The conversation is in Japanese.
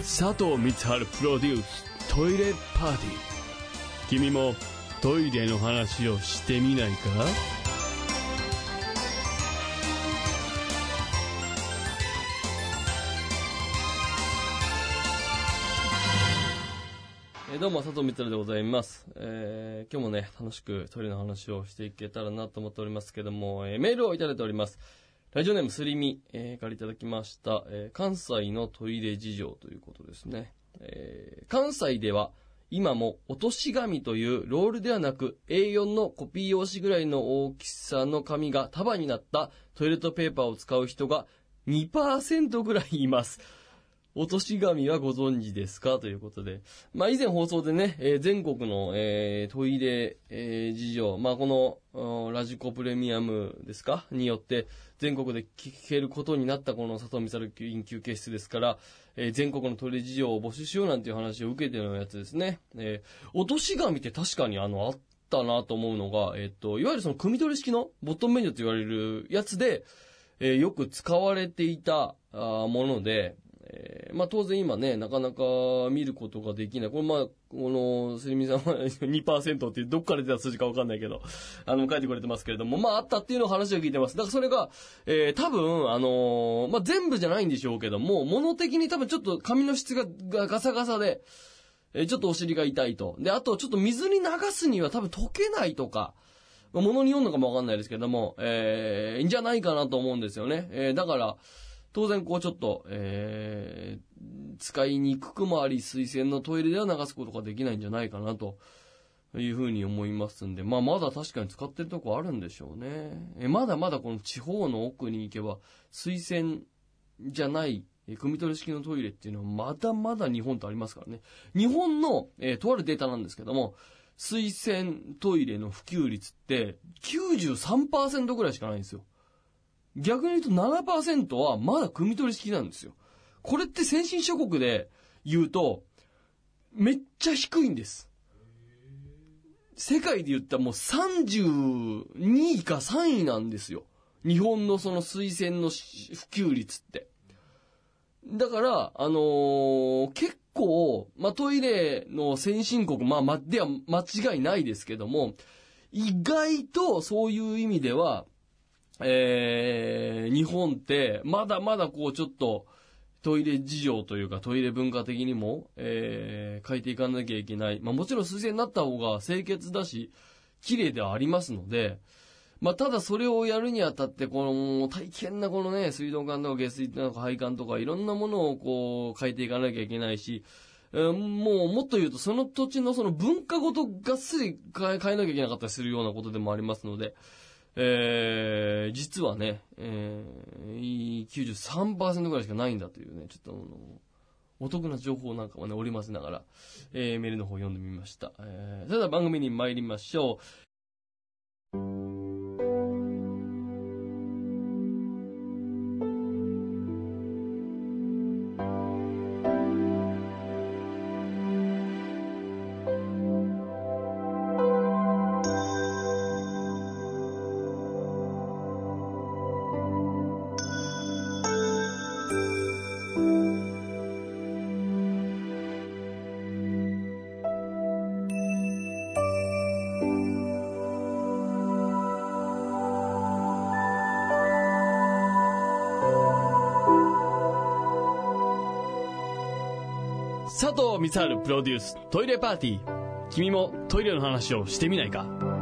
佐藤光晴プロデューストイレパーティー。君もトイレの話をしてみないか？どうも佐藤光でございます。今日もね楽しくトイレの話をしていけたらなと思っておりますけども、メールをいただいております。ラジオネームすりみ、からいただきました、関西のトイレ事情ということですね。関西では今も落とし紙というロールではなく A4 のコピー用紙ぐらいの大きさの紙が束になったトイレットペーパーを使う人が 2% ぐらいいます。落とし紙はご存知ですかということで。以前放送でね、全国の、トイレ、事情、この、ラジコプレミアムですかによって、全国で聞けることになったこの佐藤光緊急休室ですから、全国のトイレ事情を募集しようなんていう話を受けてのやつですね。落とし紙って確かにあったなと思うのが、いわゆるその組み取り式のボットンメニューと言われるやつで、よく使われていたもので、当然今ね、なかなか見ることができない。これこの、すりみさんは 2% っていうどっから出た数字かわかんないけど、書いてくれてますけれども、あったっていうのを話を聞いてます。だからそれが、多分、全部じゃないんでしょうけども、物的に多分ちょっと紙の質がガサガサで、ちょっとお尻が痛いと。で、あとちょっと水に流すには多分溶けないとか、物によるのかもわかんないですけども、いいんじゃないかなと思うんですよね。だから、当然ちょっと、使いにくくもあり水洗のトイレでは流すことができないんじゃないかなというふうに思いますんで、まだ確かに使ってるとこあるんでしょうね。まだまだこの地方の奥に行けば水洗じゃない組み取り式のトイレっていうのはまだまだ日本とありますからね。日本の、とあるデータなんですけども、水洗トイレの普及率って 93% ぐらいしかないんですよ。逆に言うと 7% はまだ組み取り式なんですよ。これって先進諸国で言うとめっちゃ低いんです。世界で言ったらもう32位か3位なんですよ。日本のその水洗の普及率って。だから、結構、トイレの先進国、では間違いないですけども、意外とそういう意味では、日本ってまだまだちょっとトイレ事情というかトイレ文化的にも、変えていかなきゃいけない。もちろん水洗になった方が清潔だし綺麗ではありますので、ただそれをやるにあたってこの大変なこのね水道管とか下水とか配管とかいろんなものを変えていかなきゃいけないし、もっと言うとその土地のその文化ごとがっつり変えなきゃいけなかったりするようなことでもありますので、実はね、93% ぐらいしかないんだというね、ちょっとお得な情報なんかもね、織り交ぜながら、メールの方読んでみました。それでは番組に参りましょう。佐藤光晴プロデューストイレパーティー。君もトイレの話をしてみないか？